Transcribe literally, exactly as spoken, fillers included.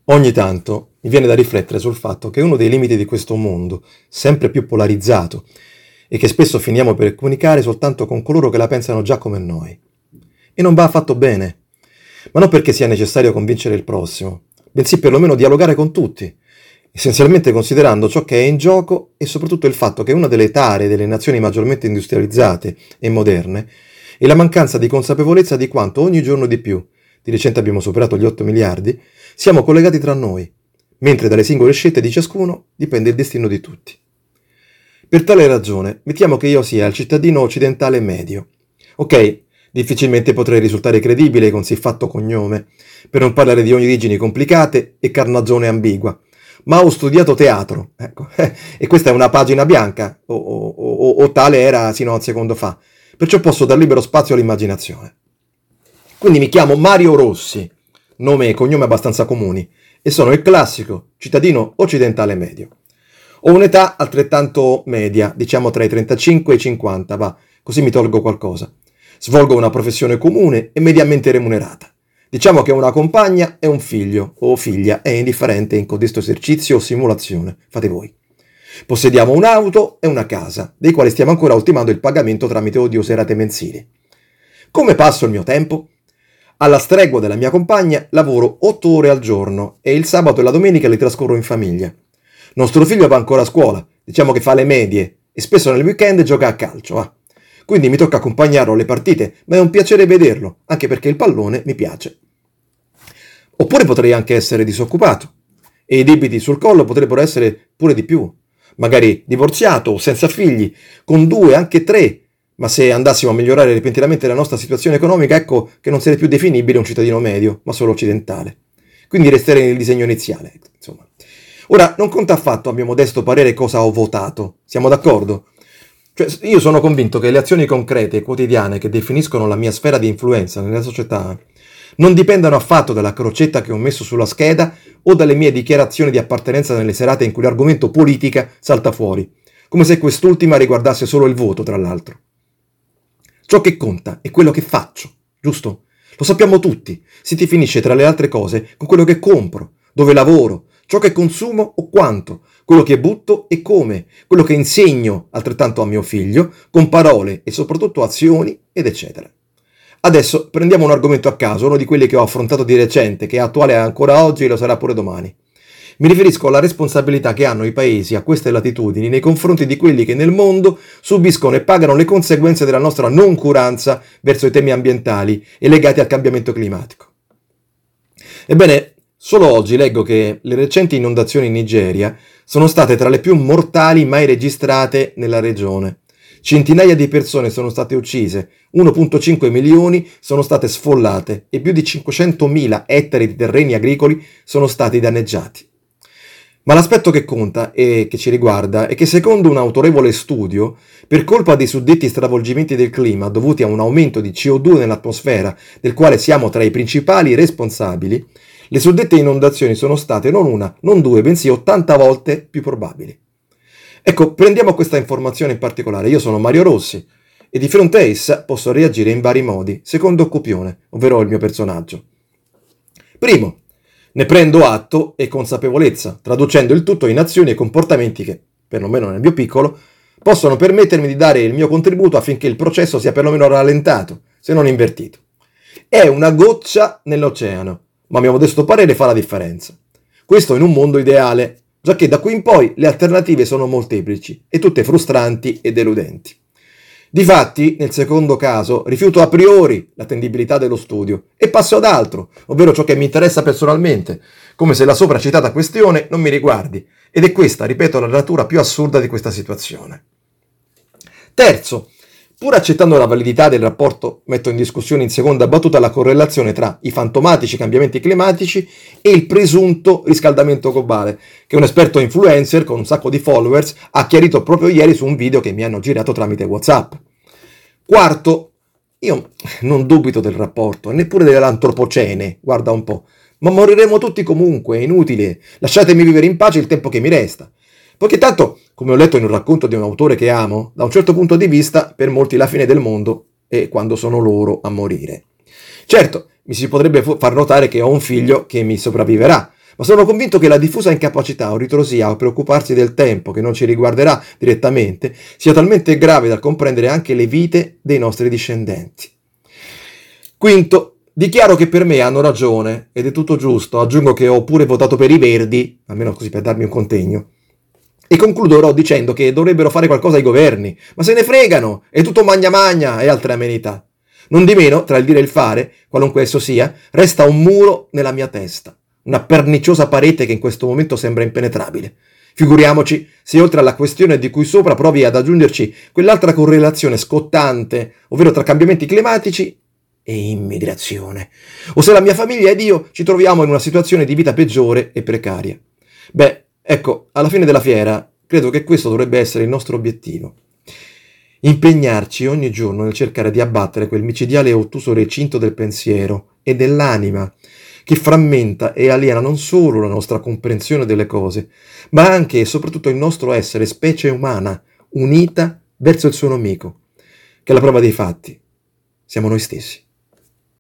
Ogni tanto mi viene da riflettere sul fatto che uno dei limiti di questo mondo, sempre più polarizzato, e che spesso finiamo per comunicare soltanto con coloro che la pensano già come noi. E non va affatto bene, ma non perché sia necessario convincere il prossimo, bensì perlomeno dialogare con tutti, essenzialmente considerando ciò che è in gioco e soprattutto il fatto che una delle tare delle nazioni maggiormente industrializzate e moderne è la mancanza di consapevolezza di quanto ogni giorno di più, di recente abbiamo superato gli otto miliardi, siamo collegati tra noi, mentre dalle singole scelte di ciascuno dipende il destino di tutti. Per tale ragione, mettiamo che io sia il cittadino occidentale medio. Ok, difficilmente potrei risultare credibile con siffatto cognome, per non parlare di origini complicate e carnagione ambigua, ma ho studiato teatro, ecco, e questa è una pagina bianca, o, o, o, o tale era sino a un secondo fa, perciò posso dar libero spazio all'immaginazione. Quindi mi chiamo Mario Rossi, nome e cognome abbastanza comuni, e sono il classico cittadino occidentale medio. Ho un'età altrettanto media, diciamo tra i trentacinque e i cinquanta, va, così mi tolgo qualcosa. Svolgo una professione comune e mediamente remunerata. Diciamo che ho una compagna e un figlio, o figlia, è indifferente in codesto esercizio o simulazione, fate voi. Possediamo un'auto e una casa, dei quali stiamo ancora ultimando il pagamento tramite odiose rate mensili. Come passo il mio tempo? Alla stregua della mia compagna lavoro otto ore al giorno e il sabato e la domenica li trascorro in famiglia. Nostro figlio va ancora a scuola, diciamo che fa le medie e spesso nel weekend gioca a calcio, va. Quindi mi tocca accompagnarlo alle partite, ma è un piacere vederlo, anche perché il pallone mi piace. Oppure potrei anche essere disoccupato e i debiti sul collo potrebbero essere pure di più, magari divorziato o senza figli, con due, anche tre. Ma se andassimo a migliorare repentinamente la nostra situazione economica, ecco che non sarei più definibile un cittadino medio, ma solo occidentale. Quindi resterei nel disegno iniziale, insomma. Ora, non conta affatto a mio modesto parere cosa ho votato, siamo d'accordo? Cioè, io sono convinto che le azioni concrete e quotidiane che definiscono la mia sfera di influenza nella società non dipendano affatto dalla crocetta che ho messo sulla scheda o dalle mie dichiarazioni di appartenenza nelle serate in cui l'argomento politica salta fuori, come se quest'ultima riguardasse solo il voto, tra l'altro. Ciò che conta è quello che faccio, giusto? Lo sappiamo tutti, si definisce tra le altre cose con quello che compro, dove lavoro, ciò che consumo o quanto, quello che butto e come, quello che insegno altrettanto a mio figlio, con parole e soprattutto azioni ed eccetera. Adesso prendiamo un argomento a caso, uno di quelli che ho affrontato di recente, che è attuale ancora oggi e lo sarà pure domani. Mi riferisco alla responsabilità che hanno i paesi a queste latitudini nei confronti di quelli che nel mondo subiscono e pagano le conseguenze della nostra noncuranza verso i temi ambientali e legati al cambiamento climatico. Ebbene, solo oggi leggo che le recenti inondazioni in Nigeria sono state tra le più mortali mai registrate nella regione. Centinaia di persone sono state uccise, uno virgola cinque milioni sono state sfollate e più di cinquecentomila ettari di terreni agricoli sono stati danneggiati. Ma l'aspetto che conta e che ci riguarda è che secondo un autorevole studio, per colpa dei suddetti stravolgimenti del clima dovuti a un aumento di C O due nell'atmosfera, del quale siamo tra i principali responsabili, le suddette inondazioni sono state non una, non due, bensì ottanta volte più probabili. Ecco, prendiamo questa informazione in particolare. Io sono Mario Rossi e di fronte a essa posso reagire in vari modi, secondo Copione, ovvero il mio personaggio. Primo, ne prendo atto e consapevolezza, traducendo il tutto in azioni e comportamenti che, perlomeno nel mio piccolo, possono permettermi di dare il mio contributo affinché il processo sia perlomeno rallentato, se non invertito. È una goccia nell'oceano, ma a mio modesto parere fa la differenza. Questo in un mondo ideale, giacché da qui in poi le alternative sono molteplici e tutte frustranti e deludenti. Difatti, nel secondo caso, rifiuto a priori l'attendibilità dello studio e passo ad altro, ovvero ciò che mi interessa personalmente, come se la sopra citata questione non mi riguardi, ed è questa, ripeto, la natura più assurda di questa situazione. Terzo, pur accettando la validità del rapporto, metto in discussione in seconda battuta la correlazione tra i fantomatici cambiamenti climatici e il presunto riscaldamento globale, che un esperto influencer con un sacco di followers ha chiarito proprio ieri su un video che mi hanno girato tramite WhatsApp. Quarto, io non dubito del rapporto, neppure dell'antropocene, guarda un po', ma moriremo tutti comunque, è inutile, lasciatemi vivere in pace il tempo che mi resta. Poiché tanto, come ho letto in un racconto di un autore che amo, da un certo punto di vista, per molti la fine del mondo è quando sono loro a morire. Certo, mi si potrebbe far notare che ho un figlio che mi sopravviverà, ma sono convinto che la diffusa incapacità o ritrosia o preoccuparsi del tempo che non ci riguarderà direttamente sia talmente grave da comprendere anche le vite dei nostri discendenti. Quinto, dichiaro che per me hanno ragione ed è tutto giusto, aggiungo che ho pure votato per i Verdi, almeno così per darmi un contegno, e concluderò dicendo che dovrebbero fare qualcosa i governi, ma se ne fregano, è tutto magna magna e altre amenità. Non di meno, tra il dire e il fare, qualunque esso sia, resta un muro nella mia testa, una perniciosa parete che in questo momento sembra impenetrabile. Figuriamoci se oltre alla questione di cui sopra provi ad aggiungerci quell'altra correlazione scottante, ovvero tra cambiamenti climatici e immigrazione, o se la mia famiglia ed io ci troviamo in una situazione di vita peggiore e precaria. Beh, ecco, alla fine della fiera, credo che questo dovrebbe essere il nostro obiettivo. Impegnarci ogni giorno nel cercare di abbattere quel micidiale e ottuso recinto del pensiero e dell'anima che frammenta e aliena non solo la nostra comprensione delle cose, ma anche e soprattutto il nostro essere specie umana, unita verso il suo nemico, che è la prova dei fatti. Siamo noi stessi.